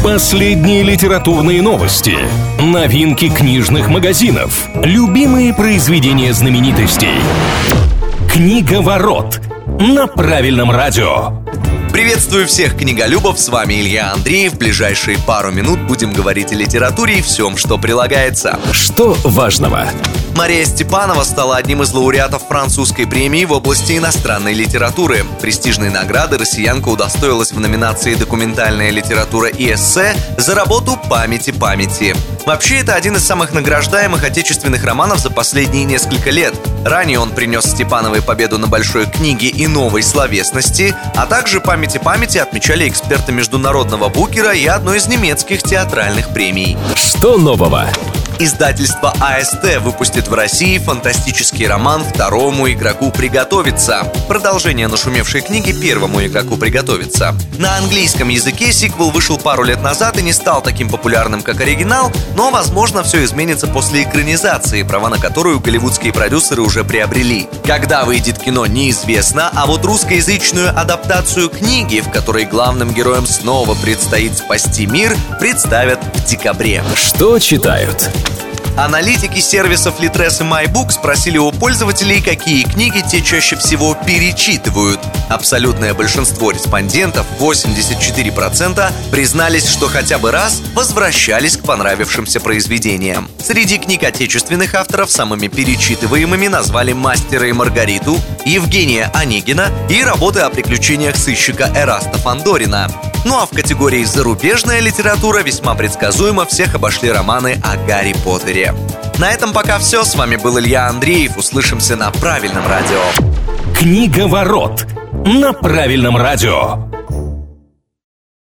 Последние литературные новости, новинки книжных магазинов, любимые произведения знаменитостей. Книговорот на Правильном радио. Приветствую всех книголюбов, с вами Илья Андреев. В ближайшие пару минут будем говорить о литературе и всем, что прилагается. Что важного? Мария Степанова стала одним из лауреатов французской премии в области иностранной литературы. Престижной награды россиянка удостоилась в номинации «Документальная литература и эссе» за работу «Памяти памяти». Вообще, это один из самых награждаемых отечественных романов за последние несколько лет. Ранее он принес Степановой победу на большой книге и новой словесности, а также «Памяти памяти» отмечали эксперты международного букера и одной из немецких театральных премий. Что нового? Издательство АСТ выпустит в России фантастический роман «Второму игроку приготовиться». Продолжение нашумевшей книги «Первому игроку приготовиться». На английском языке сиквел вышел пару лет назад и не стал таким популярным, как оригинал, но, возможно, все изменится после экранизации, права на которую голливудские продюсеры уже приобрели. Когда выйдет кино, неизвестно, а вот русскоязычную адаптацию книги, в которой главным героям снова предстоит спасти мир, представят в декабре. Что читают? Аналитики сервисов Litres и MyBook спросили у пользователей, какие книги те чаще всего перечитывают. Абсолютное большинство респондентов, 84%, признались, что хотя бы раз возвращались к понравившимся произведениям. Среди книг отечественных авторов самыми перечитываемыми назвали «Мастера и Маргариту», Евгения Онегина и работы о приключениях сыщика Эраста Фандорина. Ну а в категории «Зарубежная литература» весьма предсказуемо всех обошли романы о Гарри Поттере. На этом пока все. С вами был Илья Андреев. Услышимся на Правильном радио. Книговорот на Правильном радио.